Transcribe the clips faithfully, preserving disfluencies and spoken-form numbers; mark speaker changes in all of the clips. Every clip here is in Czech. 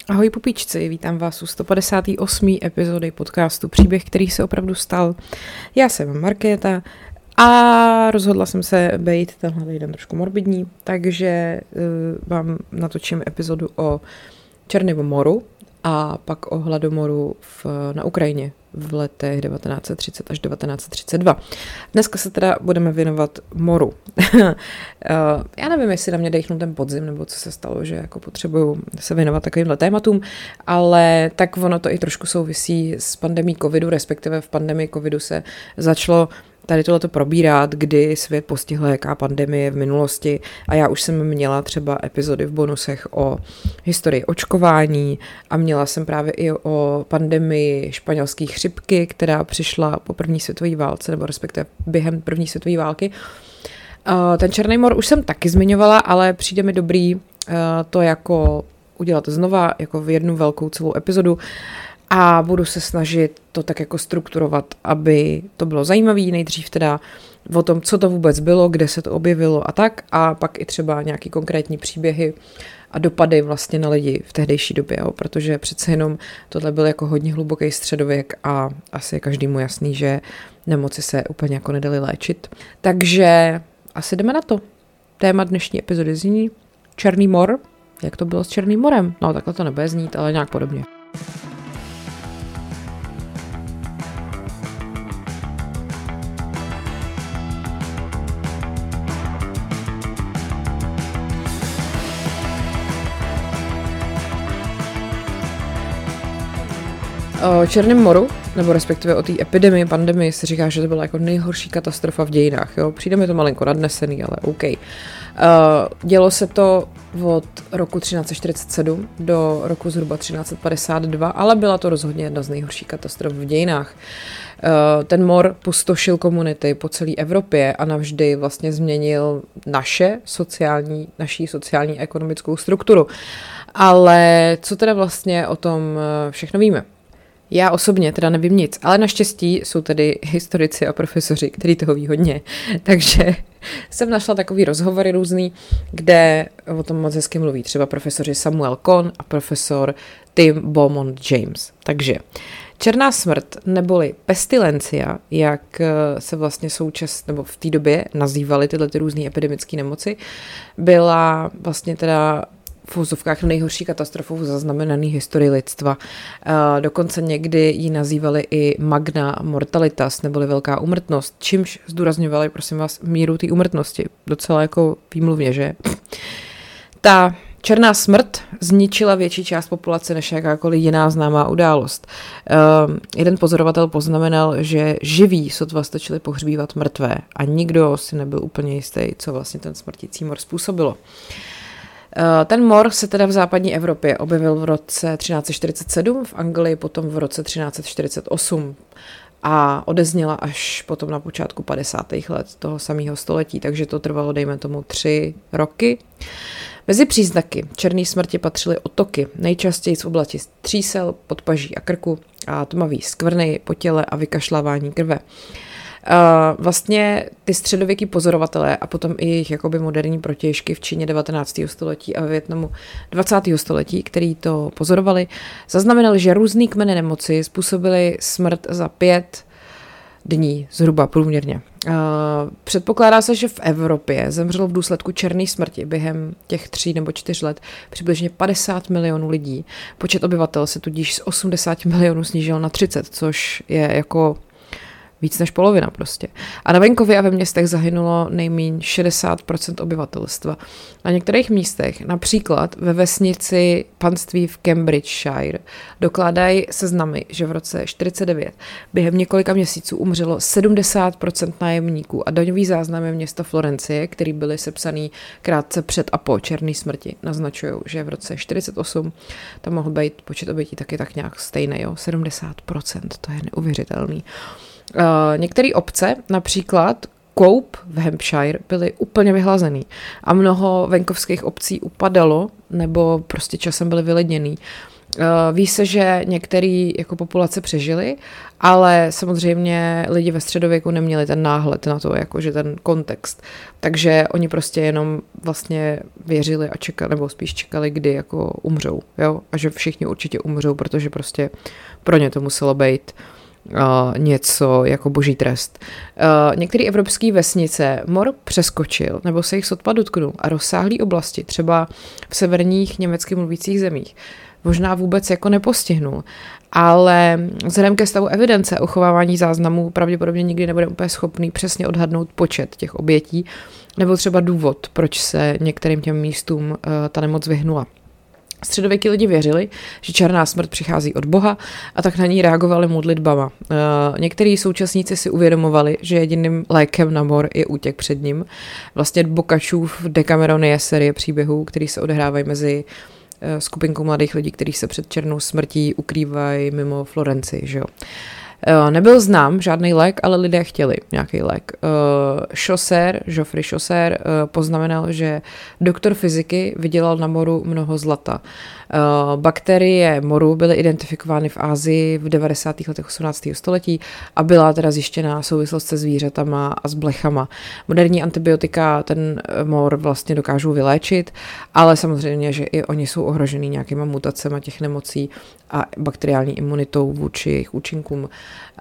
Speaker 1: Ahoj pupíčci, vítám vás u sto padesáté osmé epizody podcastu Příběh, který se opravdu stal. Já jsem Markéta a rozhodla jsem se být tenhle týden trošku morbidní, takže uh, vám natočím epizodu o Černém moru a pak o hladomoru v, na Ukrajině v letech devatenáct set třicet až devatenáct set třicet dva. Dneska se teda budeme věnovat moru. Já nevím, jestli na mě dejchnul ten podzim, nebo co se stalo, že jako potřebuju se věnovat takovýmhle tématům, ale tak ono to i trošku souvisí s pandemií covidu, respektive v pandemii covidu se začalo tady tohleto probírat, kdy svět postihla jaká pandemie v minulosti a já už jsem měla třeba epizody v bonusech o historii očkování a měla jsem právě i o pandemii španělské chřipky, která přišla po první světové válce, nebo respektive během první světové války. Ten Černý mor už jsem taky zmiňovala, ale přijde mi dobrý to jako udělat znova, jako v jednu velkou celou epizodu. A budu se snažit to tak jako strukturovat, aby to bylo zajímavé, nejdřív teda o tom, co to vůbec bylo, kde se to objevilo a tak, a pak i třeba nějaký konkrétní příběhy a dopady vlastně na lidi v tehdejší době, jo, protože přece jenom tohle byl jako hodně hluboký středověk a asi je každému jasný, že nemoci se úplně jako nedaly léčit. Takže asi jdeme na to. Téma dnešní epizody zní Černý mor. Jak to bylo s Černým morem? No takhle to nebude znít, ale nějak podobně. O Černém moru, nebo respektive o té epidemii, pandemii, se říká, že to byla jako nejhorší katastrofa v dějinách. Jo? Přijde mi to malinko nadnesený, ale OK. Uh, dělo se to od roku třináct set čtyřicet sedm do roku zhruba třináct set padesát dva, ale byla to rozhodně jedna z nejhorších katastrof v dějinách. Uh, ten mor pustošil komunity po celé Evropě a navždy vlastně změnil naše sociální, naší sociální a ekonomickou strukturu. Ale co teda vlastně o tom všechno víme? Já osobně teda nevím nic, ale naštěstí jsou tady historici a profesoři, kteří toho ví hodně. Takže jsem našla takový rozhovory různý, kde o tom moc hezky mluví. Třeba profesoři Samuel Kohn a profesor Tim Beaumont James. Takže černá smrt neboli pestilencia, jak se vlastně součas, nebo v té době nazývaly tyhle ty různé epidemické nemoci, byla vlastně teda v úzovkách nejhorší katastrofou zaznamenaný historii lidstva. Dokonce někdy ji nazývali i magna mortalitas, neboli velká úmrtnost, čímž zdůrazňovali, prosím vás, míru té úmrtnosti. Docela jako výmluvně, že? Ta černá smrt zničila větší část populace než jakákoliv jiná známá událost. Uh, jeden pozorovatel poznamenal, že živí sotva stačili pohřbívat mrtvé a nikdo si nebyl úplně jistý, co vlastně ten smrtící mor způsobilo. Ten mor se teda v západní Evropě objevil v roce třináct set čtyřicet sedm, v Anglii potom v roce třináct set čtyřicet osm a odezněla až potom na počátku padesátých let toho samého století, takže to trvalo, dejme tomu, tři roky. Mezi příznaky černé smrti patřily otoky, nejčastěji z oblasti třísel, podpaží a krku a tmavý skvrny po těle a vykašlávání krve. Uh, vlastně ty středověký pozorovatelé a potom i jejich jakoby moderní protějšky v Číně devatenáctého století a ve Vietnamu dvacátého století, který to pozorovali, zaznamenali, že různý kmeny nemoci způsobily smrt za pět dní, zhruba průměrně. Uh, předpokládá se, že v Evropě zemřelo v důsledku černé smrti během těch tří nebo čtyř let přibližně padesát milionů lidí. Počet obyvatel se tudíž z osmdesáti milionů snížil na třicet, což je jako víc než polovina prostě. A na venkově a ve městech zahynulo nejméně šedesát procent obyvatelstva. Na některých místech, například ve vesnici panství v Cambridgeshire, dokládají seznamy, že v roce čtyřicet devět během několika měsíců umřelo sedmdesát procent nájemníků a daňový záznamy města Florencie, který byly sepsaný krátce před a po černé smrti, naznačují, že v roce čtyřicet osm tam mohl být počet obětí taky tak nějak stejný, jo? sedmdesát procent, to je neuvěřitelný. Uh, některé obce, například Cope v Hampshire, byly úplně vyhlazený a mnoho venkovských obcí upadalo nebo prostě časem byly vyledněný. Ví se, že některé jako populace přežily, ale samozřejmě lidi ve středověku neměli ten náhled na to, jakože ten kontext. Takže oni prostě jenom vlastně věřili a čekali, nebo spíš čekali, kdy jako umřou. Jo? A že všichni určitě umřou, protože prostě pro ně to muselo být Uh, něco jako boží trest. Uh, některé evropské vesnice mor přeskočil nebo se jich sotva dotknul a rozsáhlé oblasti, třeba v severních německy mluvících zemích, možná vůbec jako nepostihnul. Ale vzhledem ke stavu evidence a uchovávání záznamů pravděpodobně nikdy nebude úplně schopný přesně odhadnout počet těch obětí nebo třeba důvod, proč se některým těm místům uh, ta nemoc vyhnula. Středověký lidi věřili, že černá smrt přichází od Boha a tak na ní reagovali modlitbama. E, některý současníci si uvědomovali, že jediným lékem na mor je útěk před ním. Vlastně Boccaccův Decameron je série příběhů, který se odehrávají mezi e, skupinkou mladých lidí, kteří se před černou smrtí ukrývají mimo Florenci. Že jo? E, nebyl znám žádný lék, ale lidé chtěli nějaký lék. E, Chaucer, Geoffrey Chaucer e, poznamenal, že doktor fyziky vydělal na moru mnoho zlata. Uh, bakterie moru byly identifikovány v Asii v devadesátých letech osmnáctého století a byla teda zjištěná souvislost se zvířatama a s blechama. Moderní antibiotika ten mor vlastně dokážou vyléčit, ale samozřejmě, že i oni jsou ohrožený nějakýma mutacemi těch nemocí a bakteriální imunitou vůči jejich účinkům. Uh,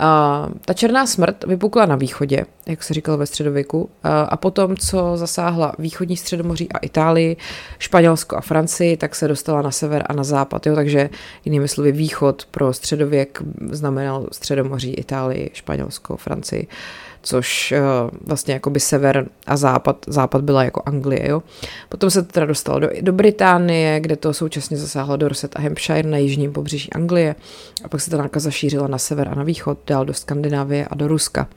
Speaker 1: ta černá smrt vypukla na východě, jak se říkalo ve středověku, uh, a potom, co zasáhla východní Středomoří a Itálii, Španělsko a Francii, tak se dostala na sever a na západ, jo, takže jinými slovy východ pro středověk znamenal Středomoří, Itálii, Španělsko, Francii, což uh, vlastně jakoby sever a západ, západ byla jako Anglie, jo. Potom se to teda dostalo do, do Británie, kde to současně zasáhlo Dorset a Hampshire na jižním pobřeží Anglie a pak se ta nákaza šířila na sever a na východ, dál do Skandinávie a do Ruska.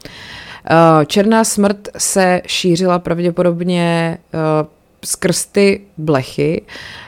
Speaker 1: Uh, černá smrt se šířila pravděpodobně uh, skrz ty blechy.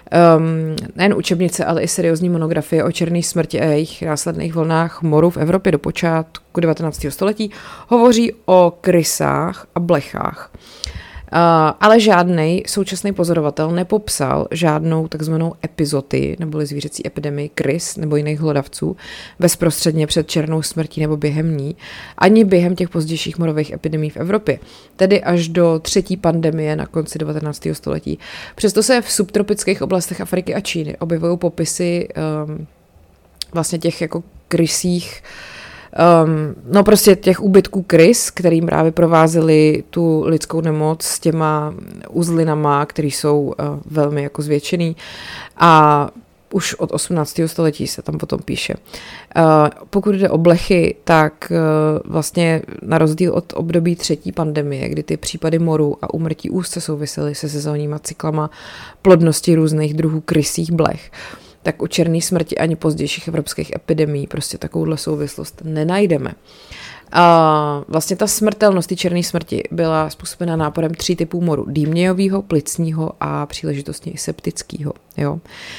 Speaker 1: Um, nejen učebnice, ale i seriózní monografie o černé smrti a jejich následných vlnách moru v Evropě do počátku devatenáctého století hovoří o krysách a blechách. Uh, ale žádnej současný pozorovatel nepopsal žádnou takzvanou epizootii neboli zvířecí epidemii krys nebo jiných hlodavců bezprostředně před černou smrtí nebo během ní, ani během těch pozdějších morových epidemií v Evropě, tedy až do třetí pandemie na konci devatenáctého století. Přesto se v subtropických oblastech Afriky a Číny objevují popisy um, vlastně těch jako krysích Um, no prostě těch úbytků krys, kterým právě provázely tu lidskou nemoc s těma uzlinama, které jsou uh, velmi jako zvětšený a už od osmnáctého století se tam potom píše. Uh, pokud jde o blechy, tak uh, vlastně na rozdíl od období třetí pandemie, kdy ty případy moru a úmrtí úzce souvisely se sezónníma cyklama plodnosti různých druhů krysích blech, tak u černé smrti ani pozdějších evropských epidemií prostě takovouhle souvislost nenajdeme. A vlastně ta smrtelnost té černé smrti byla způsobena náporem tří typů moru. Dýmnějovýho, plicního a příležitostně i septického. Jo.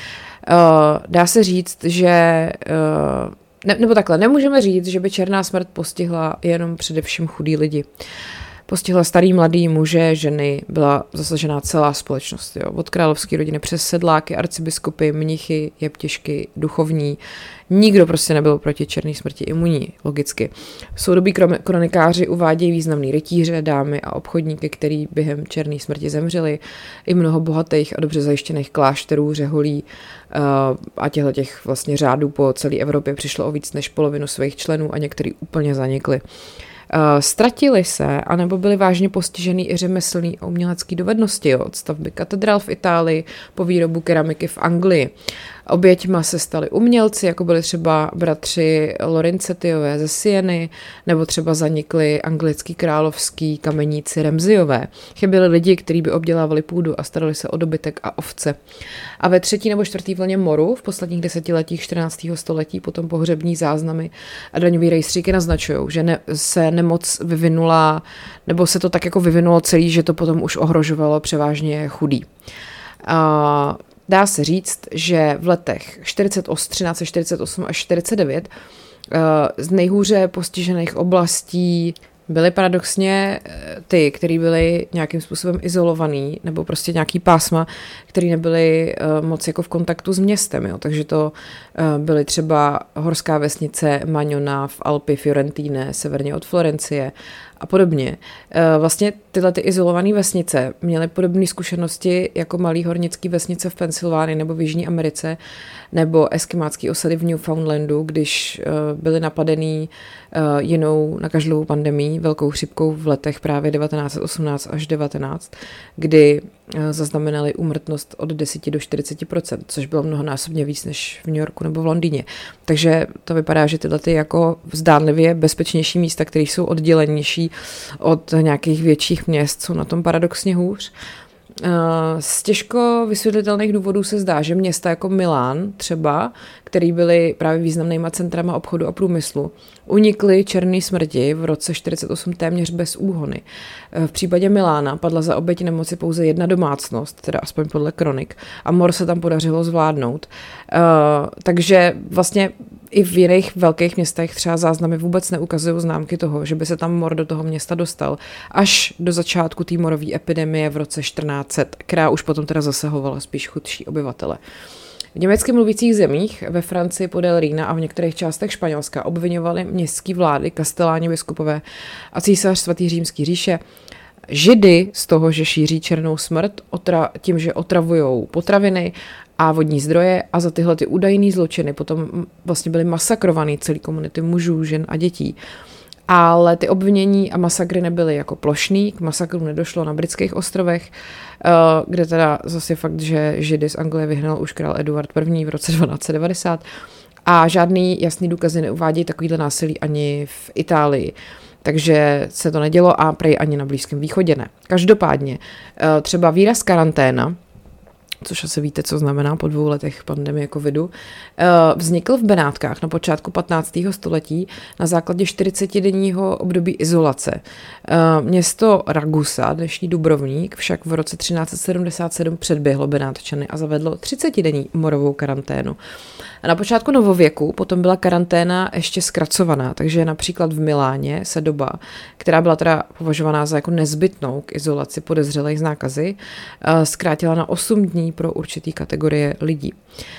Speaker 1: Dá se říct, že ne, nebo takhle, nemůžeme říct, že by černá smrt postihla jenom především chudí lidi. Postihla starý, mladý, muže, ženy, byla zasažená celá společnost. Jo. Od královské rodiny přes sedláky, arcibiskupy, mnichy, jeptišky, duchovní. Nikdo prostě nebyl proti černé smrti imunní, logicky. Soudobí kronikáři uvádějí významný rytíře, dámy a obchodníky, který během černé smrti zemřeli. I mnoho bohatých a dobře zajištěných klášterů, řeholí a těchto těch vlastně řádů po celé Evropě přišlo o víc než polovinu svých členů a některý úplně zanikli. Uh, ztratili se, anebo byly vážně postižený i řemeslný a umělecký dovednosti, jo, od stavby katedrál v Itálii po výrobu keramiky v Anglii. Oběťma se stali umělci, jako byli třeba bratři Lorencettiové ze Sieny, nebo třeba zanikli anglický královský kameníci Ramsayové. Chyběli lidi, kteří by obdělávali půdu a starali se o dobytek a ovce. A ve třetí nebo čtvrtý vlně moru v posledních desetiletích čtrnáctého století potom pohřební záznamy a daňový rejstříky naznačují, že ne, se nemoc vyvinula, nebo se to tak jako vyvinulo celý, že to potom už ohrožovalo převážně chudý. A dá se říct, že v letech třináct čtyřicet osm až čtyřicet devět z nejhůře postižených oblastí byly paradoxně ty, který byly nějakým způsobem izolovaný, nebo prostě nějaký pásma, který nebyly uh, moc jako v kontaktu s městem, jo. Takže to uh, byly třeba horská vesnice Magnona v Alpi Fiorentine, severně od Florencie a podobně. Uh, vlastně tyhle ty izolované vesnice měly podobné zkušenosti jako malý hornický vesnice v Pensylvánii nebo v Jižní Americe, nebo eskimácký osady v Newfoundlandu, když uh, byly napadený uh, jinou nakažlivou pandemií, velkou chřipkou v letech právě devatenáct osmnáct až devatenáct, kdy uh, zaznamenali úmrtnost od deset do čtyřicet procent, což bylo mnohonásobně víc než v New Yorku nebo v Londýně. Takže to vypadá, že tyhle ty jako zdánlivě bezpečnější místa, které jsou oddělenější od nějakých větších měst, jsou na tom paradoxně hůř. Z těžko vysvětlitelných důvodů se zdá, že města jako Milán třeba, který byly právě významnýma centrama obchodu a průmyslu, unikly černé smrti v roce čtyřicet osm téměř bez úhony. V případě Milána padla za oběť nemoci pouze jedna domácnost, teda aspoň podle kronik, a mor se tam podařilo zvládnout. Takže vlastně i v jiných velkých městech třeba záznamy vůbec neukazují známky toho, že by se tam mor do toho města dostal, až do začátku té morové epidemie v roce čtrnáct set, která už potom teda zasahovala spíš chudší obyvatele. V německy mluvících zemích, ve Francii podél Rýna a v některých částech Španělska obviňovali městské vlády, kasteláni, biskupové a císař svatý římský říše Židy z toho, že šíří černou smrt otra- tím, že otravujou potraviny a vodní zdroje, a za tyhle ty údajné zločiny potom vlastně byly masakrovaný celý komunity mužů, žen a dětí. Ale ty obvinění a masakry nebyly jako plošný, k masakru nedošlo na britských ostrovech, kde teda zase fakt, že Židy z Anglie vyhnal už král Eduard I. v roce dvanáct set devadesát a žádný jasný důkazy neuvádějí takovýhle násilí ani v Itálii. Takže se to nedělo a prej ani na Blízkém východě ne. Každopádně třeba výraz karanténa, což asi víte, co znamená po dvou letech pandemie covidu, vznikl v Benátkách na počátku patnáctého století na základě čtyřicetidenního období izolace. Město Ragusa, dnešní Dubrovník, však v roce třináct set sedmdesát sedm předběhlo Benátčany a zavedlo třicetidenní morovou karanténu. A na počátku novověku potom byla karanténa ještě zkracovaná, takže například v Miláně se doba, která byla teda považovaná za jako nezbytnou k izolaci podezřelých z nákazy, zkrátila na osm dní pro určitý kategorie lidí.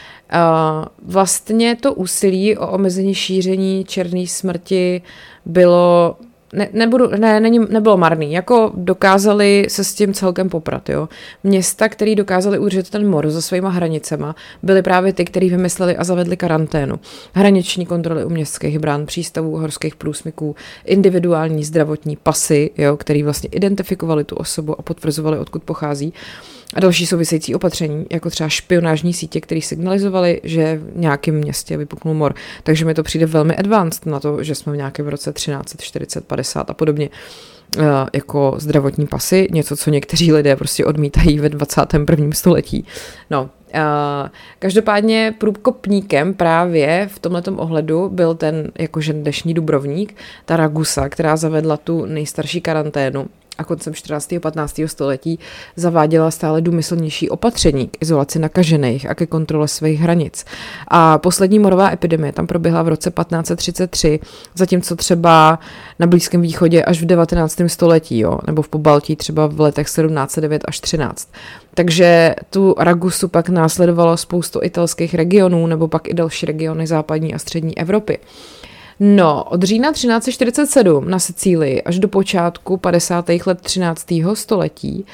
Speaker 1: Vlastně to úsilí o omezení šíření černé smrti bylo Ne, nebudu, ne, není, nebylo marný, jako dokázali se s tím celkem poprat, jo. Města, který dokázali udržet ten mor za svýma hranicema, byly právě ty, který vymysleli a zavedli karanténu. Hraniční kontroly u městských brán, přístavů, horských průsmyků, individuální zdravotní pasy, jo, který vlastně identifikovali tu osobu a potvrzovali, odkud pochází. A další související opatření, jako třeba špionážní sítě, které signalizovaly, že v nějakém městě vypuknul mor. Takže mi to přijde velmi advanced na to, že jsme v nějakém roce třináct set čtyřicet padesát a podobně. Uh, jako zdravotní pasy, něco, co někteří lidé prostě odmítají ve dvacátém prvním století. No, uh, každopádně průkopníkem právě v tomhletom ohledu byl ten jakože dnešní Dubrovník, ta Ragusa, která zavedla tu nejstarší karanténu a koncem čtrnáctého patnáctého století zaváděla stále důmyslnější opatření k izolaci nakažených a ke kontrole svých hranic. A poslední morová epidemie tam proběhla v roce patnáct set třicet tři, zatímco třeba na Blízkém východě až v devatenáctém století, jo, nebo v Pobaltí třeba v letech sedmnáct set devět až třináct. Takže tu Ragusu pak následovalo spoustu italských regionů, nebo pak i další regiony západní a střední Evropy. No, od října třináct set čtyřicet sedm na Sicílii až do počátku padesátých let třináctého století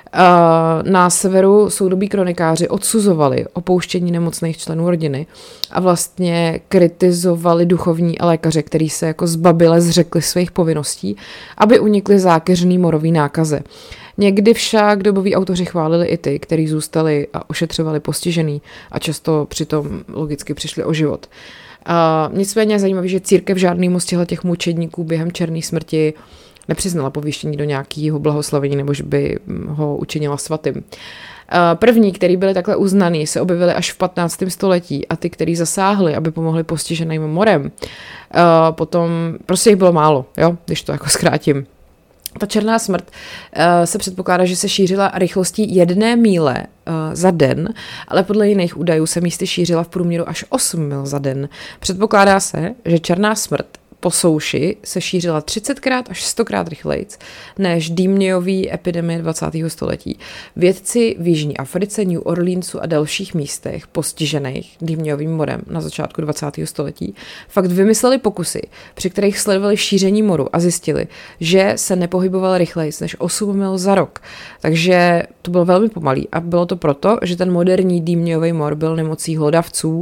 Speaker 1: na severu soudobí kronikáři odsuzovali opouštění nemocných členů rodiny a vlastně kritizovali duchovní a lékaře, kteří se jako zbabile zřekli svých povinností, aby unikli zákeřný morový nákaze. Někdy však doboví autoři chválili i ty, kteří zůstali a ošetřovali postižený a často přitom logicky přišli o život. Uh, nicméně je zajímavé, že církev žádnému z těch mučedníků během černé smrti nepřiznala pověštění do nějakého blahoslavení nebo že by ho učinila svatým. Uh, první, který byli takhle uznaný, se objevili až v patnáctém století a ty, který zasáhli, aby pomohli postiženým morem, uh, potom prostě jich bylo málo, jo, když to jako zkrátím. Ta černá smrt uh, se předpokládá, že se šířila rychlostí jedné míle uh, za den, ale podle jiných údajů se místy šířila v průměru až osm mil za den. Předpokládá se, že černá smrt po souši se šířila třicetkrát až stokrát rychleji než dýmňový epidemie dvacátého století. Vědci v Jižní Africe, New Orleansu a dalších místech postižených dýmňovým morem na začátku dvacátého století fakt vymysleli pokusy, při kterých sledovali šíření moru a zjistili, že se nepohyboval rychleji než osm mil za rok. Takže to bylo velmi pomalý a bylo to proto, že ten moderní dýmňový mor byl nemocí hlodavců,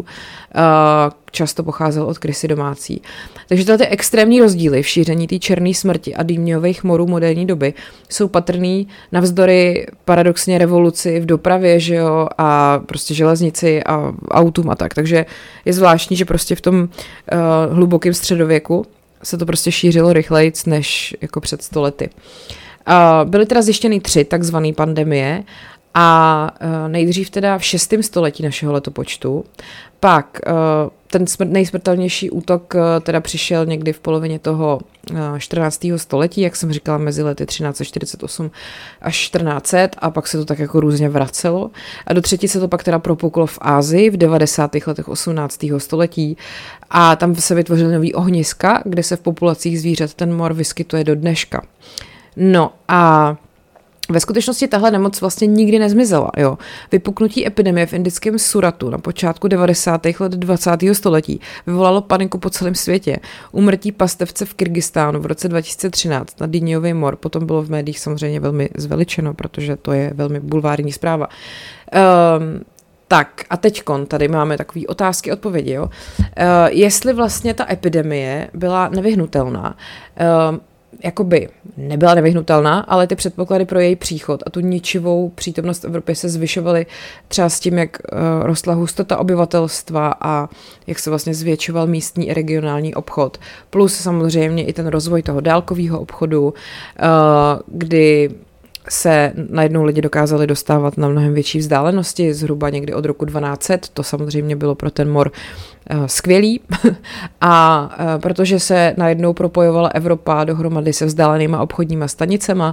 Speaker 1: často pocházel od krysy domácí. Takže tyhle ty extrémní rozdíly v šíření té černé smrti a dýmňových morů moderní doby jsou patrný navzdory paradoxně revoluci v dopravě, že jo, a prostě železnici a autům a tak. Takže je zvláštní, že prostě v tom uh, hlubokém středověku se to prostě šířilo rychleji než jako před sto lety. Uh, byly teda zjištěny tři takzvané pandemie a uh, nejdřív teda v šestém století našeho letopočtu. Pak uh, ten smrt, nejsmrtelnější útok uh, teda přišel někdy v polovině toho uh, čtrnáctého století, jak jsem říkala, mezi lety třináct set čtyřicet osm až čtrnáct set a pak se to tak jako různě vracelo. A do třetí se to pak teda propuklo v Asii v devadesátých letech osmnáctého století a tam se vytvořily nový ohniska, kde se v populacích zvířat ten mor vyskytuje do dneška. No a ve skutečnosti tahle nemoc vlastně nikdy nezmizela. Jo. Vypuknutí epidemie v indickém Suratu na počátku devadesátých let dvacátého století vyvolalo paniku po celém světě. Úmrtí pastevce v Kyrgyzstánu v roce dva tisíce třináct na dýmňový mor potom bylo v médiích samozřejmě velmi zveličeno, protože to je velmi bulvární zpráva. Um, Tak a teďkon tady máme takové otázky, odpovědi. Jo? Uh, jestli vlastně ta epidemie byla nevyhnutelná, uh, jakoby nebyla nevyhnutelná, ale ty předpoklady pro její příchod a tu ničivou přítomnost v Evropě se zvyšovaly třeba s tím, jak uh, rostla hustota obyvatelstva a jak se vlastně zvětšoval místní i regionální obchod. Plus samozřejmě i ten rozvoj toho dálkového obchodu, uh, kdy se najednou lidi dokázali dostávat na mnohem větší vzdálenosti, zhruba někdy od roku dvanáct set, to samozřejmě bylo pro ten mor uh, skvělý a uh, protože se najednou propojovala Evropa dohromady se vzdálenýma obchodníma stanicema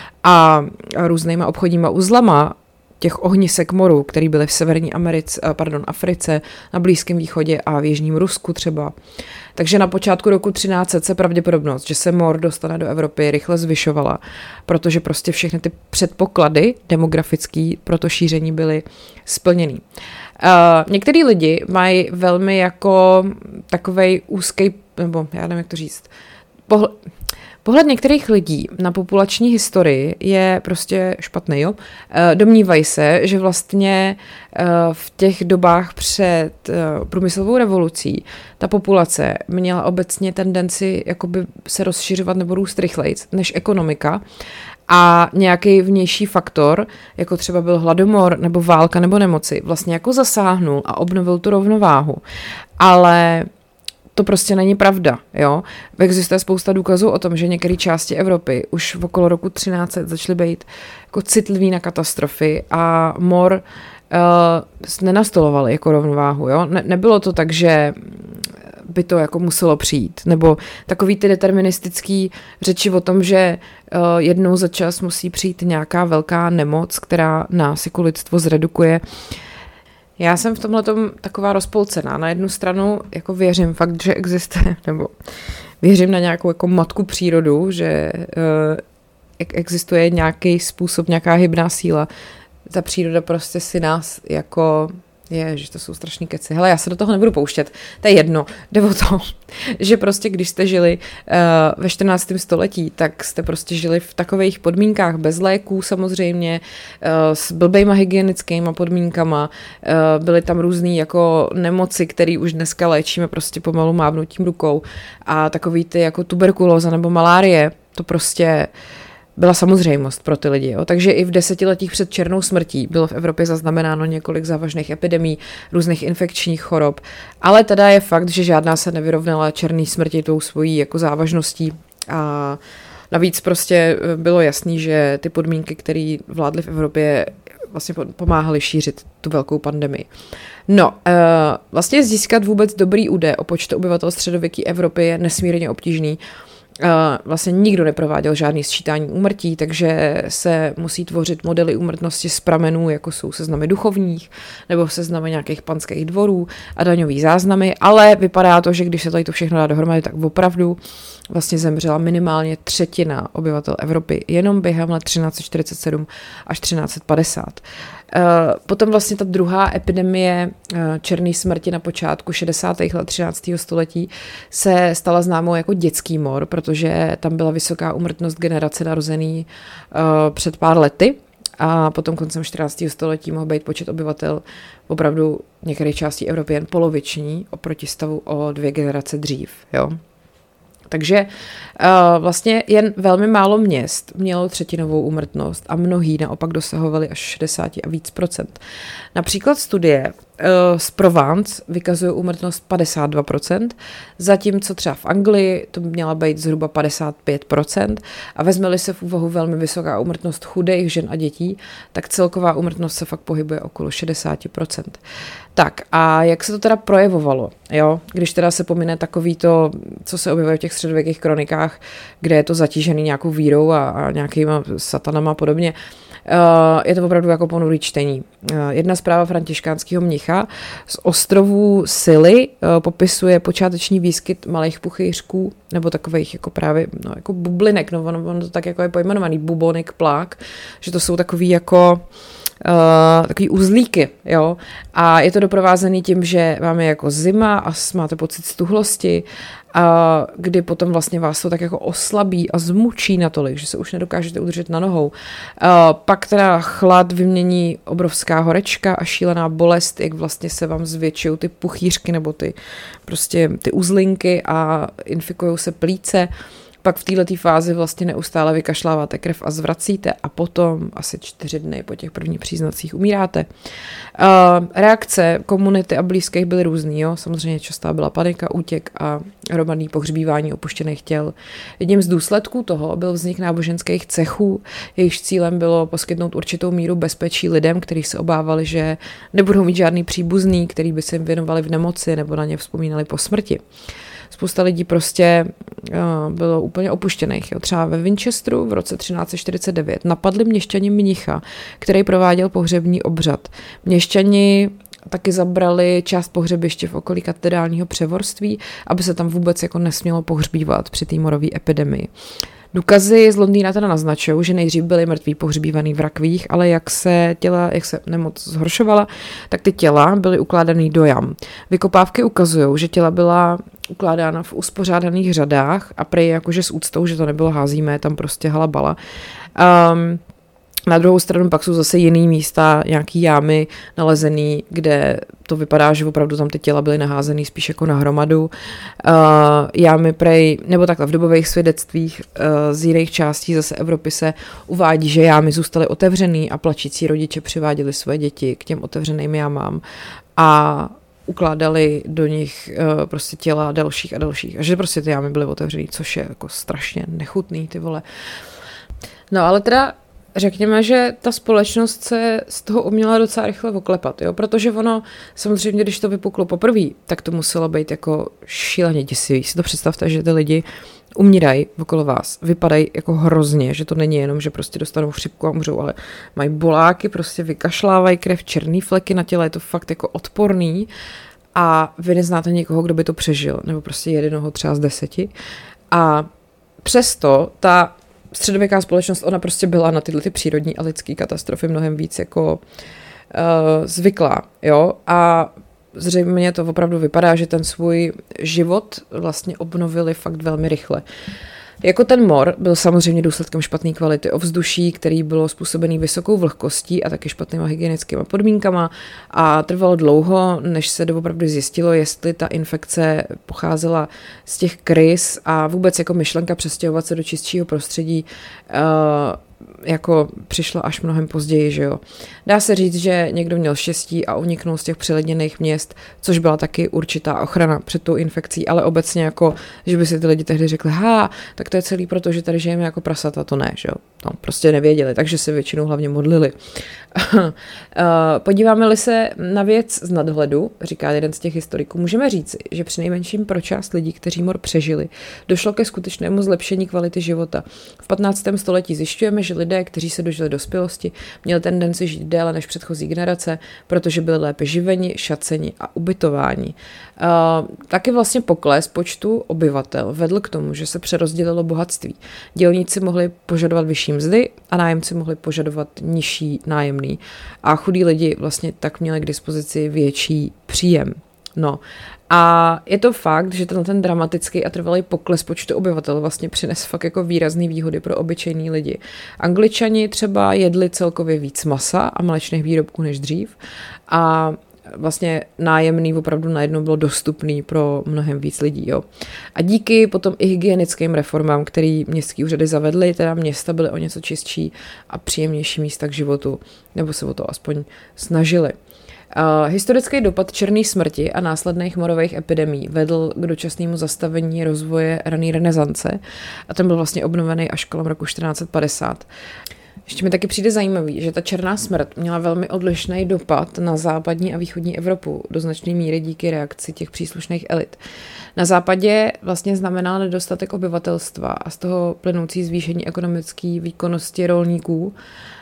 Speaker 1: a různýma obchodníma uzlama těch ohnisek moru, který byly v severní Americe, pardon, Africe, na Blízkém východě a v jižním Rusku třeba. Takže na počátku roku třináct set se pravděpodobnost, že se mor dostane do Evropy, rychle zvyšovala, protože prostě všechny ty předpoklady demografický pro to šíření byly splněný. Uh, některý lidi mají velmi jako takovej úzký, nebo já nevím, jak to říct, pohled, Pohled některých lidí na populační historii je prostě špatný. Jo? Domnívají se, že vlastně v těch dobách před průmyslovou revolucí ta populace měla obecně tendenci jakoby se rozšiřovat nebo růst rychleji než ekonomika a nějaký vnější faktor, jako třeba byl hladomor nebo válka nebo nemoci, vlastně jako zasáhnul a obnovil tu rovnováhu. Ale to prostě není pravda, jo. Existuje spousta důkazů o tom, že některé části Evropy už v okolo roku třináct set začaly být jako citlivý na katastrofy a mor uh, nenastolovaly jako rovnováhu, jo. Ne, nebylo to tak, že by to jako muselo přijít, nebo takový ty deterministický řeči o tom, že uh, jednou za čas musí přijít nějaká velká nemoc, která nás jako lidstvo zredukuje. Já jsem v tomhletom taková rozpolcená. Na jednu stranu jako věřím fakt, že existuje, nebo věřím na nějakou jako matku přírodu, že uh, existuje nějaký způsob, nějaká hybná síla. Ta příroda prostě si nás jako je, že to jsou strašný keci. Hele, já se do toho nebudu pouštět. To je jedno. Jde o to, že prostě když jste žili uh, ve čtrnáctém století, tak jste prostě žili v takových podmínkách bez léků samozřejmě, uh, s blbejma hygienickýma podmínkama. Uh, byly tam různý jako nemoci, které už dneska léčíme prostě pomalu mávnutím rukou. A takový ty jako tuberkulóza nebo malárie, to prostě byla samozřejmost pro ty lidi. Jo. Takže i v desetiletích před černou smrtí bylo v Evropě zaznamenáno několik závažných epidemií, různých infekčních chorob, ale teda je fakt, že žádná se nevyrovnala černé smrti tou svojí jako závažností a navíc prostě bylo jasný, že ty podmínky, které vládly v Evropě, vlastně pomáhaly šířit tu velkou pandemii. No, vlastně získat vůbec dobrý údaj o počtu obyvatel středověké Evropy je nesmírně obtížný. vlastně nikdo neprováděl žádný sčítání úmrtí, takže se musí tvořit modely úmrtnosti z pramenů, jako jsou seznamy duchovních nebo seznamy nějakých panských dvorů a daňový záznamy, ale vypadá to, že když se tady to všechno dá dohromady, tak opravdu vlastně zemřela minimálně třetina obyvatel Evropy jenom během let třináct set čtyřicet sedm až třináct set padesát. Potom vlastně ta druhá epidemie černé smrti na počátku šedesátých let třináctého století se stala známou jako dětský mor, protože tam byla vysoká úmrtnost generace narozený před pár lety a potom koncem čtrnáctého století mohl být počet obyvatel opravdu některé části Evropy jen poloviční oproti stavu o dvě generace dřív. Jo? Takže uh, vlastně jen velmi málo měst mělo třetinovou úmrtnost a mnohý naopak dosahovali až šedesát a víc procent. Například studie uh, z Provence vykazují úmrtnost padesát dva procent, zatímco třeba v Anglii to měla být zhruba padesát pět procent a vezme-li se v úvahu velmi vysoká úmrtnost chudých žen a dětí, tak celková úmrtnost se fakt pohybuje okolo šedesát procent. Tak a jak se to teda projevovalo, jo? Když teda se pomine takový to, co se objevuje v těch středověkých kronikách, kde je to zatížený nějakou vírou a, a nějakýma satanama a podobně, Uh, je to opravdu jako ponurý čtení. Uh, jedna zpráva františkánského mnicha z ostrovů Scilly uh, popisuje počáteční výskyt malých puchýřků, nebo takových jako právě no, jako bublinek, no ono, ono to tak jako je pojmenovaný bubonic plaque, že to jsou takový jako Uh, takový uzlíky, jo, a je to doprovázený tím, že máme jako zima a máte pocit stuhlosti, a kdy potom vlastně vás to tak jako oslabí a zmučí natolik, že se už nedokážete udržet na nohou. Uh, pak teda chlad vymění obrovská horečka a šílená bolest, jak vlastně se vám zvětšují ty puchýřky nebo ty prostě ty uzlinky a infikují se plíce. Pak v této fázi vlastně neustále vykašláváte krev a zvracíte a potom asi čtyři dny po těch prvních příznacích umíráte. Uh, reakce komunity a blízkých byly různý, jo? Samozřejmě častá byla panika, útěk a hromadný pohřbívání opuštěných těl. Jedním z důsledků toho byl vznik náboženských cechů, jejichž cílem bylo poskytnout určitou míru bezpečí lidem, kteří se obávali, že nebudou mít žádný příbuzný, který by se jim věnovali v nemoci nebo na ně vzpomínali po smrti. Spousta lidí prostě uh, bylo úplně opuštěných. Jo. Třeba ve Winchesteru v roce třináct set čtyřicet devět napadli měšťani mnicha, který prováděl pohřební obřad. Měšťani taky zabrali část pohřebiště v okolí katedrálního převorství, aby se tam vůbec jako nesmělo pohřbívat při té morové epidemii. Důkazy z Londýna teda naznačují, že nejdřív byli mrtví pohřbívaný v rakvích, ale jak se těla, jak se nemoc zhoršovala, tak ty těla byly ukládaný do jam. Vykopávky ukazují, že těla byla ukládána v uspořádaných řadách a prej jakože s úctou, že to nebylo házíme, tam prostě halabala. Um, Na druhou stranu pak jsou zase jiný místa, nějaký jámy nalezený, kde to vypadá, že opravdu tam ty těla byly naházený spíš jako na hromadu. Uh, jámy prej, nebo takhle v dobových svědectvích uh, z jiných částí zase Evropy se uvádí, že jámy zůstaly otevřený a plačící rodiče přiváděli své děti k těm otevřeným jámám a ukládali do nich uh, prostě těla dalších a dalších. A že prostě ty jámy byly otevřený, což je jako strašně nechutný, ty vole. No ale teda řekněme, že ta společnost se z toho uměla docela rychle oklepat, jo? Protože ono, samozřejmě, když to vypuklo poprvé, tak to muselo být jako šíleně děsivý. Si to představte, že ty lidi umírají okolo vás, vypadají jako hrozně, že to není jenom, že prostě dostanou chřipku a umřou, ale mají boláky, prostě vykašlávají krev, černý fleky na těle, je to fakt jako odporný a vy neznáte někoho, kdo by to přežil, nebo prostě jednoho třeba z deseti. A přesto ta středověká společnost, ona prostě byla na tyhle ty přírodní a lidské katastrofy mnohem víc jako uh, zvyklá, jo, a zřejmě to opravdu vypadá, že ten svůj život vlastně obnovili fakt velmi rychle. Jako ten mor byl samozřejmě důsledkem špatné kvality ovzduší, který bylo způsobený vysokou vlhkostí a taky špatnýma hygienickými podmínkama a trvalo dlouho, než se doopravdy zjistilo, jestli ta infekce pocházela z těch krys a vůbec jako myšlenka přestěhovat se do čistšího prostředí uh, jako přišlo až mnohem později, že jo. Dá se říct, že někdo měl štěstí a uniknul z těch přiledněných měst, což byla taky určitá ochrana před tou infekcí, ale obecně jako, že by si ty lidi tehdy řekli, ha, tak to je celý proto, že tady žijeme jako prasata, to ne, že jo. No, prostě nevěděli, takže se většinou hlavně modlili. Podíváme-li se na věc z nadhledu, říká jeden z těch historiků, můžeme říci, že přinejmenším pro část lidí, kteří mor přežili, došlo ke skutečnému zlepšení kvality života. V patnáctém století zjišťujeme, že lidé, kteří se dožili dospělosti, měli tendenci žít déle než předchozí generace, protože byli lépe živeni, šaceni a ubytováni. Uh, taky vlastně pokles počtu obyvatel vedl k tomu, že se přerozdělilo bohatství. Dělníci mohli požadovat vyšší mzdy a nájemci mohli požadovat nižší nájemný. A chudí lidi vlastně tak měli k dispozici větší příjem. No. A je to fakt, že ten, ten dramatický a trvalý pokles počtu obyvatel vlastně přines fakt jako výrazný výhody pro obyčejný lidi. Angličani třeba jedli celkově víc masa a mléčných výrobků než dřív a vlastně nájemný opravdu najednou bylo dostupný pro mnohem víc lidí. Jo. A díky potom i hygienickým reformám, který městský úřady zavedly, teda města byly o něco čistší a příjemnější místa k životu, nebo se o to aspoň snažili. Uh, historický dopad černé smrti a následných morových epidemií vedl k dočasnému zastavení rozvoje rané renesance a ten byl vlastně obnovený až kolem roku čtrnáct padesát. Ještě mi taky přijde zajímavý, že ta černá smrt měla velmi odlišný dopad na západní a východní Evropu do značné míry díky reakci těch příslušných elit. Na západě vlastně znamenal nedostatek obyvatelstva a z toho plynoucí zvýšení ekonomické výkonnosti rolníků,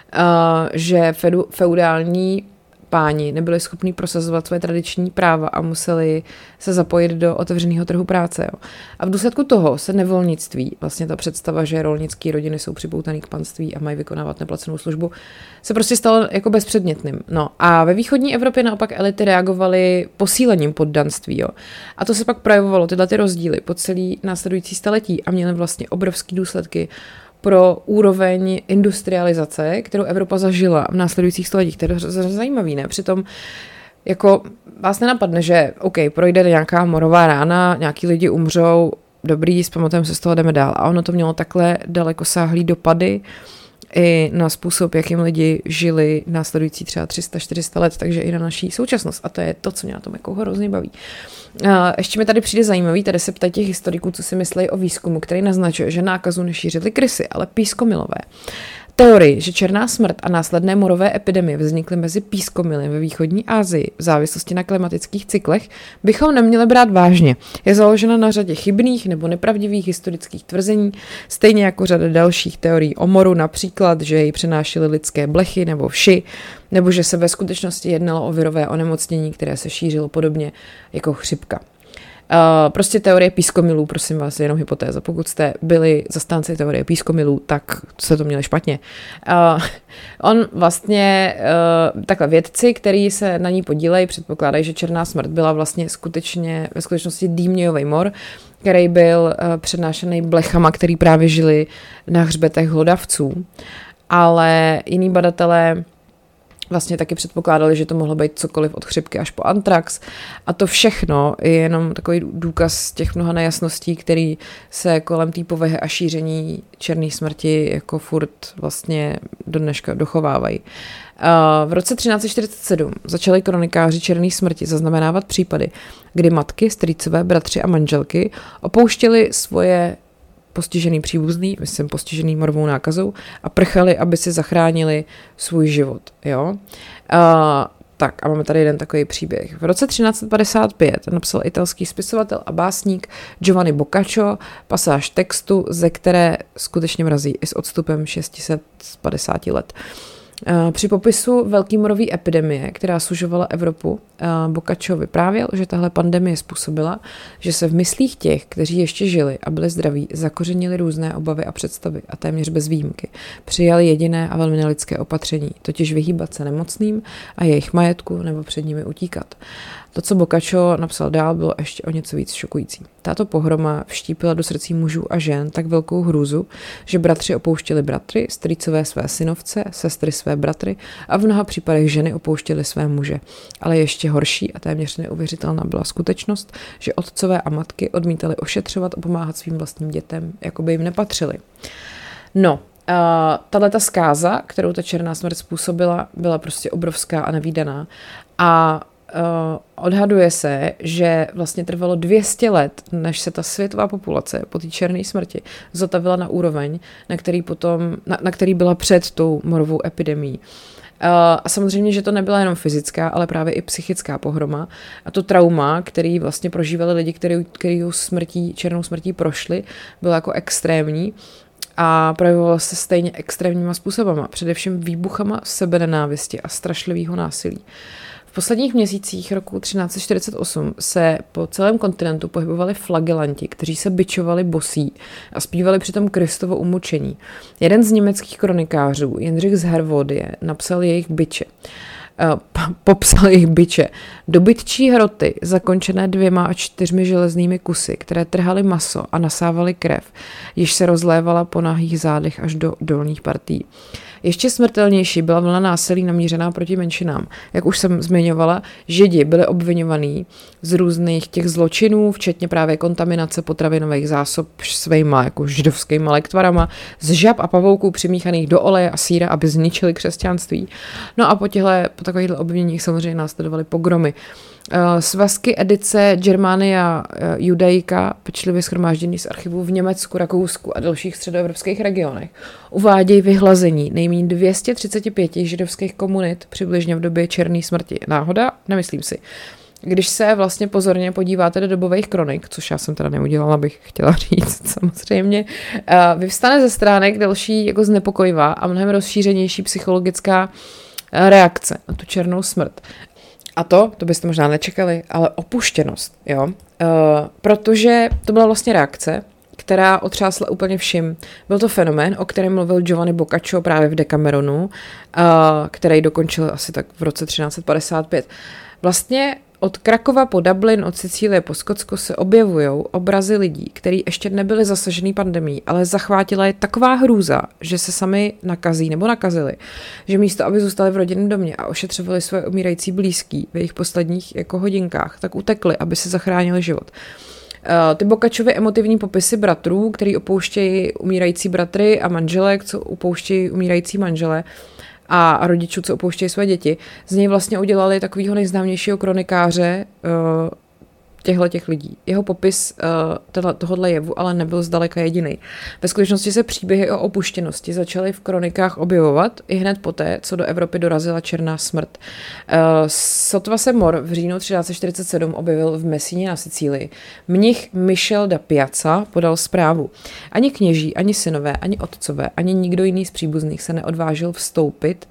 Speaker 1: že feudální páni nebyli schopní prosazovat své tradiční práva a museli se zapojit do otevřeného trhu práce. Jo. A v důsledku toho se nevolnictví, vlastně ta představa, že rolnické rodiny jsou připoutané k panství a mají vykonávat neplacenou službu, se prostě stalo jako bezpředmětným. No a ve východní Evropě naopak elity reagovaly posílením poddanství. Jo. A to se pak projevovalo, tyhle ty rozdíly po celý následující staletí a měly vlastně obrovské důsledky pro úroveň industrializace, kterou Evropa zažila v následujících stoletích. To je zajímavý, ne? Přitom jako vás nenapadne, že OK, projde nějaká morová rána, nějaký lidi umřou, dobrý, s pamatujeme se z toho, jdeme dál. A ono to mělo takhle dalekosáhlý dopady i na způsob, jakým lidi žili následující třeba tři sta čtyři sta let, takže i na naší současnost. A to je to, co mě na tom jako hrozně baví. A ještě mi tady přijde zajímavý, tady se ptají těch historiků, co si myslí o výzkumu, který naznačuje, že nákazu nešířily krysy, ale pískomylové. Teorii, že černá smrt a následné morové epidemie vznikly mezi pískomily ve východní Asii v závislosti na klimatických cyklech, bychom neměli brát vážně. Je založena na řadě chybných nebo nepravdivých historických tvrzení, stejně jako řada dalších teorií o moru, například, že jej přenášely lidské blechy nebo vši, nebo že se ve skutečnosti jednalo o virové onemocnění, které se šířilo podobně jako chřipka. Uh, prostě teorie pískomilů, prosím vás, je jenom hypotéza. Pokud jste byli zastánci teorie pískomilů, tak jste to měli špatně. Uh, on vlastně, uh, takhle vědci, kteří se na ní podílejí, předpokládají, že černá smrt byla vlastně skutečně, ve skutečnosti dýmňový mor, který byl uh, přednášený blechama, který právě žili na hřbetech hlodavců. Ale jiní badatelé vlastně taky předpokládali, že to mohlo být cokoliv od chřipky až po antrax. A to všechno je jenom takový důkaz těch mnoha nejasností, který se kolem té povahy a šíření černé smrti jako furt vlastně do dneška dochovávají. V roce třináct čtyřicet sedm začali kronikáři černé smrti zaznamenávat případy, kdy matky, strýcové, bratři a manželky opouštěli svoje postižený příbuzný, myslím postižený morovou nákazou a prchali, aby si zachránili svůj život. Jo? Uh, tak a máme tady jeden takový příběh. V roce třináct padesát pět napsal italský spisovatel a básník Giovanni Boccaccio pasáž textu, ze které skutečně mrazí i s odstupem šest set padesát let. Při popisu velké morové epidemie, která sužovala Evropu, Boccaccio vyprávěl, že tahle pandemie způsobila, že se v myslích těch, kteří ještě žili a byli zdraví, zakořenily různé obavy a představy a téměř bez výjimky. Přijali jediné a velmi nelidské opatření, totiž vyhýbat se nemocným a jejich majetku nebo před nimi utíkat. To, co Boccaccio napsal dál, bylo ještě o něco víc šokující. Tato pohroma vštípila do srdcí mužů a žen tak velkou hrůzu, že bratři opouštěli bratry, strýcové své synovce, sestry své bratry a v mnoha případech ženy opouštěly své muže. Ale ještě horší a téměř neuvěřitelná byla skutečnost, že otcové a matky odmítali ošetřovat a pomáhat svým vlastním dětem, jako by jim nepatřili. No, tahleta zkáza, kterou ta černá smrt způsobila, byla prostě obrovská a nevídaná. A uh, odhaduje se, že vlastně trvalo dvě stě let, než se ta světová populace po té černé smrti zotavila na úroveň, na který, potom, na, na který byla před tou morovou epidemií. Uh, a samozřejmě, že to nebyla jenom fyzická, ale právě i psychická pohroma. A to trauma, který vlastně prožívali lidi, který, který smrtí, černou smrtí prošli, bylo jako extrémní a projevovalo se stejně extrémníma způsobama, především výbuchama sebenenávisti a strašlivého násilí. V posledních měsících roku třináct set čtyřicet osm se po celém kontinentu pohybovali flagelanti, kteří se bičovali bosí a zpívali přitom Kristovo umučení. Jeden z německých kronikářů, Jindřich z Hervodie, napsal jejich biče. popsal jejich biče. Dobytčí hroty, zakončené dvěma a čtyřmi železnými kusy, které trhaly maso a nasávaly krev, již se rozlévala po nahých zádech až do dolních partí. Ještě smrtelnější byla vlna násilí namířená proti menšinám. Jak už jsem zmiňovala, Židi byli obviňovaní z různých těch zločinů, včetně právě kontaminace potravinových zásob svýma jako židovskýma lektvarama, z žab a pavouků přimíchaných do oleje a sýra, aby zničili křesťanství. No a po těchto, po takovýchto obviněních samozřejmě následovaly pogromy. Svazky edice Germania Judaica, pečlivě shromážděný z archivů v Německu, Rakousku a dalších středoevropských regionech, uvádějí vyhlazení nejméně dvě stě třicet pět židovských komunit přibližně v době černé smrti. Náhoda? Nemyslím si. Když se vlastně pozorně podíváte do dobových kronik, což já jsem teda neudělala, bych chtěla říct samozřejmě, vyvstane ze stránek další jako znepokojivá a mnohem rozšířenější psychologická reakce na tu černou smrt. A to, to byste možná nečekali, ale opuštěnost, jo. Uh, protože to byla vlastně reakce, která otřásla úplně všim. Byl to fenomén, o kterém mluvil Giovanni Boccaccio právě v Decameronu, uh, který dokončil asi tak v roce třináct set padesát pět. Vlastně od Krakova po Dublin, od Sicílie po Skotsko se objevují obrazy lidí, kteří ještě nebyli zasažený pandemií, ale zachvátila je taková hrůza, že se sami nakazí nebo nakazili, že místo, aby zůstali v rodinném domě a ošetřovali svoje umírající blízký v jejich posledních jako hodinkách, tak utekli, aby si zachránili život. Uh, ty Boccacciovi emotivní popisy bratrů, který opouštějí umírající bratry a manželek, co opouštějí umírající manžele, a rodičů, co opouštějí své děti, z něj vlastně udělali takového nejznámějšího kronikáře uh, těchto těch lidí. Jeho popis uh, tohohle jevu ale nebyl zdaleka jediný. Ve skutečnosti se příběhy o opuštěnosti začaly v kronikách objevovat i hned poté, co do Evropy dorazila černá smrt. Uh, sotva se mor v říjnu třináct set čtyřicet sedm objevil v Messíně na Sicílii. Mnich Michel da Piazza podal zprávu. Ani kněží, ani synové, ani otcové, ani nikdo jiný z příbuzných se neodvážil vstoupit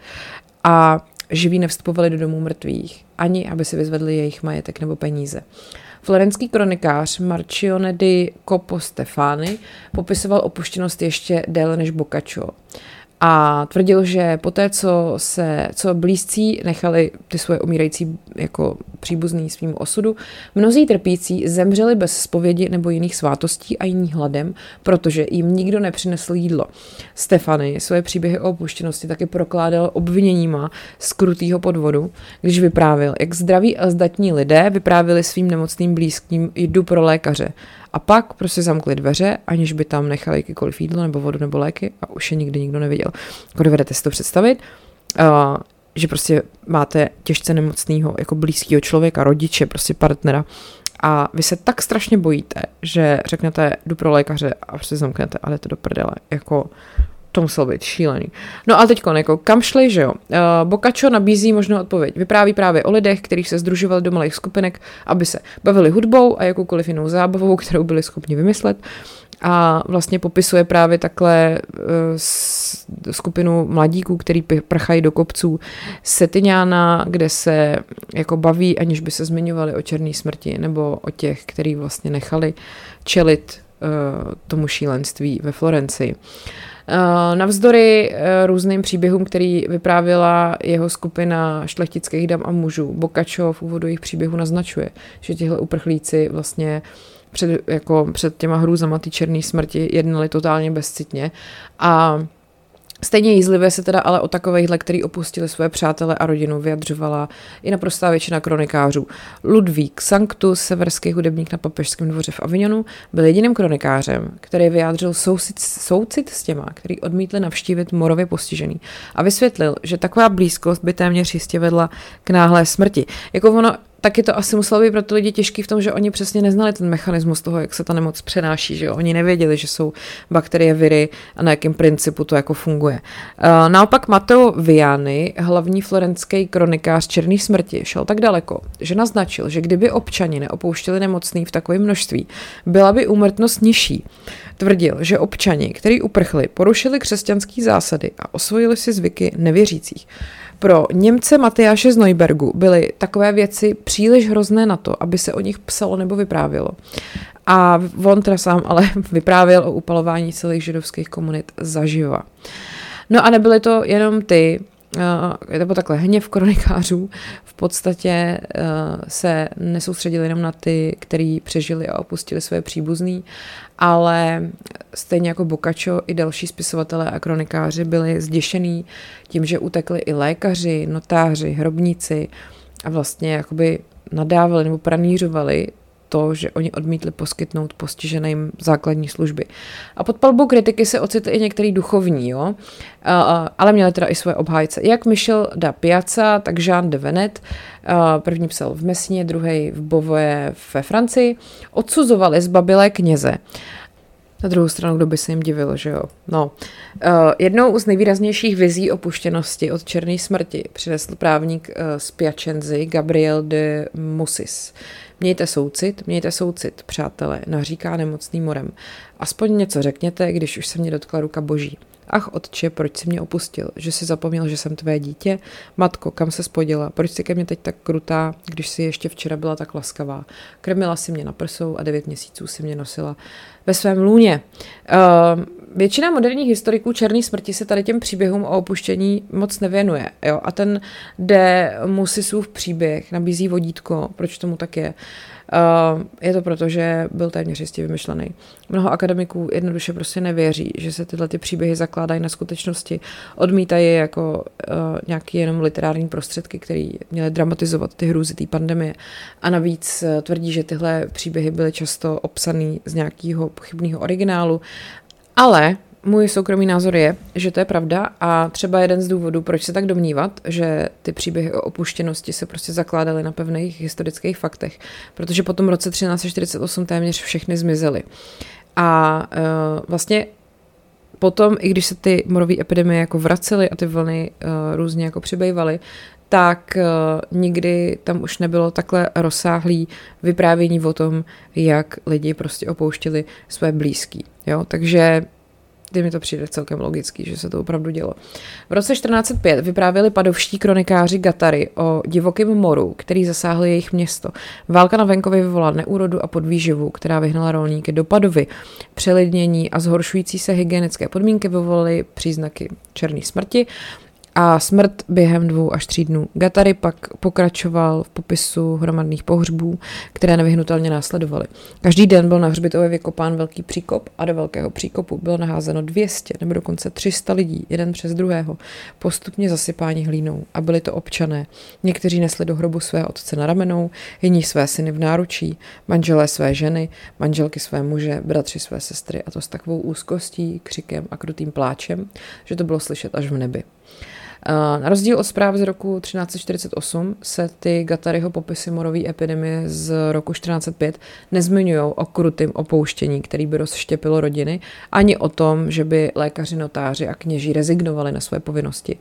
Speaker 1: a živí nevstupovali do domů mrtvých, ani aby si vyzvedli jejich majetek nebo peníze. Florenský kronikář Marcione di Copo Stefani popisoval opuštěnost ještě déle než Boccaccio a tvrdil, že poté, co se, co blízcí nechali ty svoje umírající jako příbuzný svým osudu, mnozí trpící zemřeli bez zpovědi nebo jiných svátostí a jiný hladem, protože jim nikdo nepřinesl jídlo. Stefany svoje příběhy o opuštěnosti taky prokládal obviněníma z krutýho podvodu, když vyprávěl, jak zdraví a zdatní lidé vyprávěli svým nemocným blízkým jdu pro lékaře. A pak prostě zamkli dveře, aniž by tam nechali jakýkoliv jídlo nebo vodu nebo léky a už je nikdy nikdo neviděl. Jako dovedete si to představit, uh, že prostě máte těžce nemocného jako blízkého člověka, rodiče, prostě partnera a vy se tak strašně bojíte, že řeknete jdu pro lékaře a prostě zamknete a jdete do prdele. Jako to muselo být šílený. No a teďko, jako, kam šli, že jo? Uh, Boccaccio nabízí možnou odpověď. Vypráví právě o lidech, kteří se sdružovali do malých skupinek, aby se bavili hudbou a jakoukoliv jinou zábavou, kterou byli schopni vymyslet. A vlastně popisuje právě takhle uh, skupinu mladíků, který prchají do kopců Setiňána, kde se jako baví, aniž by se zmiňovali o černé smrti nebo o těch, který vlastně nechali čelit uh, tomu šílenství ve Florencii. Navzdory různým příběhům, který vyprávěla jeho skupina šlechtických dam a mužů, Boccaccio v úvodu jejich příběhu naznačuje, že tihle uprchlíci vlastně před, jako před těma hrůzama té černé smrti jednali totálně bezcitně a Stejně jízlivě se teda ale o takovejhle, který opustili své přátele a rodinu, vyjadřovala i naprostá většina kronikářů. Ludvík Sanctus, severský hudebník na papežském dvoře v Avignonu, byl jediným kronikářem, který vyjádřil soucit, soucit s těma, který odmítli navštívit morově postižený a vysvětlil, že taková blízkost by téměř jistě vedla k náhlé smrti. Jako ono, taky to asi muselo být pro ty lidi těžký v tom, že oni přesně neznali ten mechanismus toho, jak se ta nemoc přenáší, že jo? Oni nevěděli, že jsou bakterie, viry a na jakém principu to jako funguje. Uh, naopak Matteo Viani, hlavní florenský kronikář černé smrti, šel tak daleko, že naznačil, že kdyby občani neopouštěli nemocný v takovém množství, byla by úmrtnost nižší. Tvrdil, že občani, kteří uprchli, porušili křesťanské zásady a osvojili si zvyky nevěřících. Pro Němce Matyáše z Neubergu byly takové věci příliš hrozné na to, aby se o nich psalo nebo vyprávělo. A on teda sám ale vyprávěl o upalování celých židovských komunit zaživa. No a nebyly to jenom ty, je to takhle, hněv kronikářů v podstatě se nesoustředili jenom na ty, kteří přežili a opustili své příbuzný, ale stejně jako Boccaccio i další spisovatelé a kronikáři byli zděšený tím, že utekli i lékaři, notáři, hrobníci a vlastně jakoby nadávali nebo pranířovali to, že oni odmítli poskytnout postiženým základní služby. A pod palbou kritiky se ocitli i některý duchovní, jo? Ale měli teda i své obhájce. Jak Michel da Piazza, tak Jean de Venet, první psal v Messině, druhý v Beauvais ve Francii, odsuzovali zbabilé kněze. Na druhou stranu, kdo by se jim divil, že jo. No. Jednou z nejvýraznějších vizí opuštěnosti od černé smrti přinesl právník z Piacenzy Gabriel de Mussis. Mějte soucit, mějte soucit, přátelé, naříká nemocný morem. Aspoň něco řekněte, když už se mě dotkla ruka boží. Ach, otče, proč jsi mě opustil? Že jsi zapomněl, že jsem tvé dítě? Matko, kam se spodila? Proč jsi ke mně teď tak krutá, když jsi ještě včera byla tak laskavá? Krmila si mě na prsou a devět měsíců si mě nosila ve svém lůně. Uh, většina moderních historiků černé smrti se tady těm příběhům o opuštění moc nevěnuje. Jo? A ten de Musisův příběh nabízí vodítko, proč tomu tak je. Uh, je to proto, že byl téměř jistě vymyšlený. Mnoho akademiků jednoduše prostě nevěří, že se tyhle ty příběhy zakládají na skutečnosti, odmítají je jako uh, nějaký jenom literární prostředky, které měly dramatizovat ty hrůzy té pandemie. A navíc uh, tvrdí, že tyhle příběhy byly často opsaný z nějakého pochybného originálu, ale můj soukromý názor je, že to je pravda a třeba jeden z důvodů, proč se tak domnívat, že ty příběhy o opuštěnosti se prostě zakládaly na pevných historických faktech, protože po tom roce třináct set čtyřicet osm téměř všechny zmizely. A uh, vlastně potom, i když se ty morové epidemie jako vracely a ty vlny uh, různě jako přibývaly, tak uh, nikdy tam už nebylo takhle rozsáhlý vyprávění o tom, jak lidi prostě opouštěli své blízký. Jo? Takže kdy mi to přijde celkem logický, že se to opravdu dělo. V roce čtrnáct set pět vyprávěli padovští kronikáři Gatary o divokém moru, který zasáhl jejich město. Válka na venkově vyvolala neúrodu a podvýživu, která vyhnala rolníky do Padovy. Přelidnění a zhoršující se hygienické podmínky vyvolaly příznaky černé smrti a smrt během dvou až tří dnů. Gatary pak pokračoval v popisu hromadných pohřbů, které nevyhnutelně následovaly. Každý den byl na hřbitově vykopán velký příkop a do velkého příkopu bylo naházeno dvě stě nebo dokonce tři sta lidí, jeden přes druhého, postupně zasypáni hlínou. A byli to občané. Někteří nesli do hrobu své otce na ramenou, jiní své syny v náručí, manželé své ženy, manželky své muže, bratři své sestry, a to s takovou úzkostí, křikem a krutým pláčem, že to bylo slyšet až v nebi. Na rozdíl od zpráv z roku třináct set čtyřicet osm se ty Gataryho popisy morové epidemie z roku čtrnáct set pět nezmiňují o krutém opouštění, který by rozštěpilo rodiny, ani o tom, že by lékaři, notáři a kněží rezignovali na své povinnosti.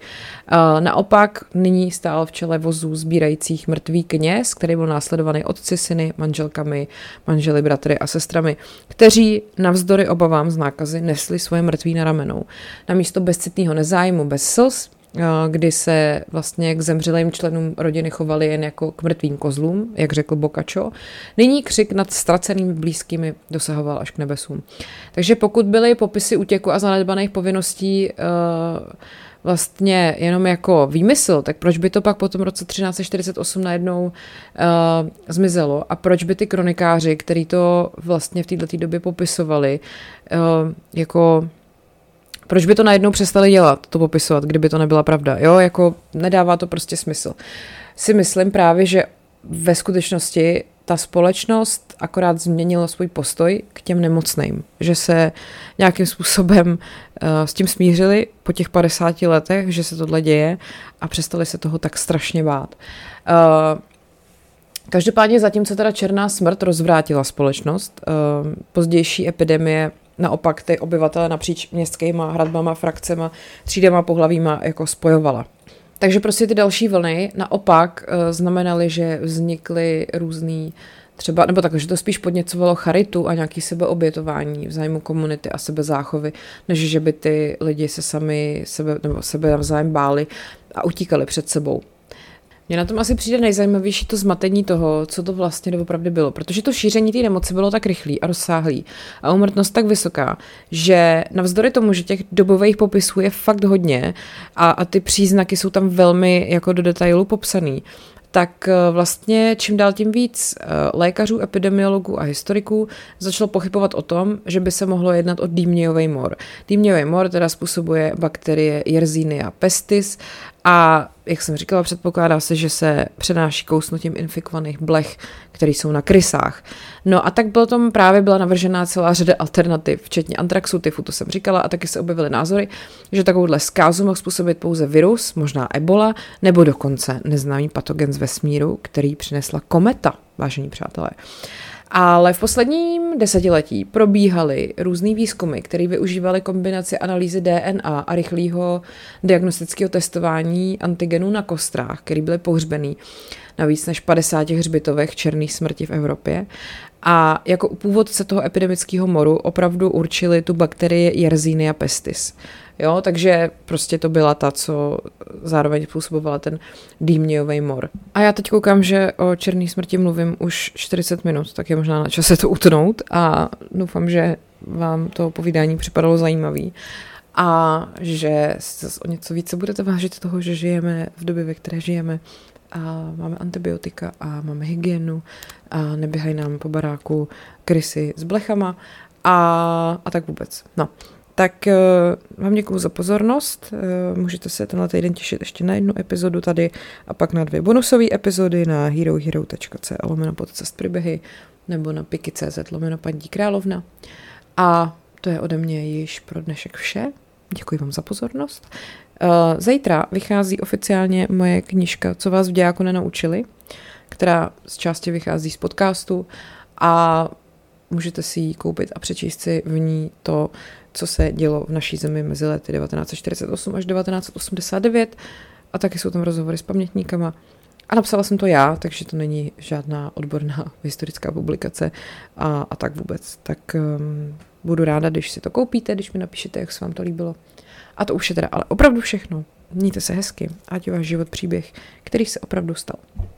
Speaker 1: Naopak nyní stál v čele vozů sbírajících mrtvý kněz, který byl následovaný otci, syny, manželkami, manželi, bratry a sestrami, kteří navzdory obavám z nákazy nesli svoje mrtví na ramenou. Namísto bezcitného nezájmu, bez slz, kdy se vlastně k zemřelým členům rodiny chovali jen jako k mrtvým kozlům, jak řekl Boccaccio, nyní křik nad ztracenými blízkými dosahoval až k nebesům. Takže pokud byly popisy útěku a zanedbaných povinností uh, vlastně jenom jako výmysl, tak proč by to pak po tom roce třináct set čtyřicet osm najednou uh, zmizelo a proč by ty kronikáři, kteří to vlastně v této době popisovali, uh, jako Proč by to najednou přestali dělat, to popisovat, kdyby to nebyla pravda? Jo, jako nedává to prostě smysl. Si myslím právě, že ve skutečnosti ta společnost akorát změnila svůj postoj k těm nemocným. Že se nějakým způsobem uh, s tím smířili po těch padesáti letech, že se tohle děje a přestali se toho tak strašně bát. Uh, každopádně zatímco teda černá smrt rozvrátila společnost, uh, pozdější epidemie naopak ty obyvatele napříč městskýma hradbama, frakcema, třídama, pohlavíma jako spojovala. Takže prostě ty další vlny naopak uh, znamenaly, že vznikly různý třeba, nebo takhle, že to spíš podněcovalo charitu a nějaký sebeobětování v zájmu komunity a sebezáchovy, než že by ty lidi se sami sebe, nebo sebe navzájem báli a utíkali před sebou. Mně na tom asi přijde nejzajímavější to zmatení toho, co to vlastně doopravdy bylo, protože to šíření té nemoci bylo tak rychlý a rozsáhlý a úmrtnost tak vysoká, že navzdory tomu, že těch dobových popisů je fakt hodně a, a ty příznaky jsou tam velmi jako do detailu popsaný, tak vlastně čím dál tím víc lékařů, epidemiologů a historiků začalo pochybovat o tom, že by se mohlo jednat o dýmňový mor. Dýmňový mor teda způsobuje bakterie Yersinia pestis a, jak jsem říkala, předpokládá se, že se přenáší kousnutím infikovaných blech, které jsou na krysách. No a tak bylo tomu právě byla navržená celá řada alternativ, včetně antraxu, tyfu, to jsem říkala, a taky se objevily názory, že takovouhle zkázu mohl způsobit pouze virus, možná ebola, nebo dokonce neznámý patogen z vesmíru, který přinesla kometa, vážení přátelé. Ale v posledním desetiletí probíhaly různý výzkumy, které využívaly kombinaci analýzy D N A a rychlého diagnostického testování antigenů na kostrách, které byly pohřbený na víc než padesáti hřbitovech černé smrti v Evropě. A jako původce toho epidemického moru opravdu určili tu bakterii Yersinia pestis. Jo, takže prostě to byla ta, co zároveň způsobovala ten dýmňový mor. A já teď koukám, že o černé smrti mluvím už čtyřicet minut, tak je možná na čase to utnout a doufám, že vám to povídání připadalo zajímavý a že zase o něco více budete vážit toho, že žijeme v době, ve které žijeme a máme antibiotika a máme hygienu a neběhají nám po baráku krysy s blechama a, a tak vůbec. No. Tak uh, vám děkuju za pozornost. Uh, můžete se tenhle týden těšit ještě na jednu epizodu tady a pak na dvě bonusové epizody na herohero tečka c a lomeno podcast příběhy nebo na piky tečka cz lomeno paní královna. A to je ode mě již pro dnešek vše. Děkuji vám za pozornost. Uh, zítra vychází oficiálně moje knížka Co vás v dějáku nenaučili, která z části vychází z podcastu a můžete si ji koupit a přečíst si v ní to, co se dělo v naší zemi mezi lety devatenáct set čtyřicet osm až devatenáct set osmdesát devět a taky jsou tam rozhovory s pamětníkama. A napsala jsem to já, takže to není žádná odborná historická publikace a, a tak vůbec. Tak um, budu ráda, když si to koupíte, když mi napíšete, jak se vám to líbilo. A to už je teda ale opravdu všechno. Mějte se hezky, ať je váš život příběh, který se opravdu stal.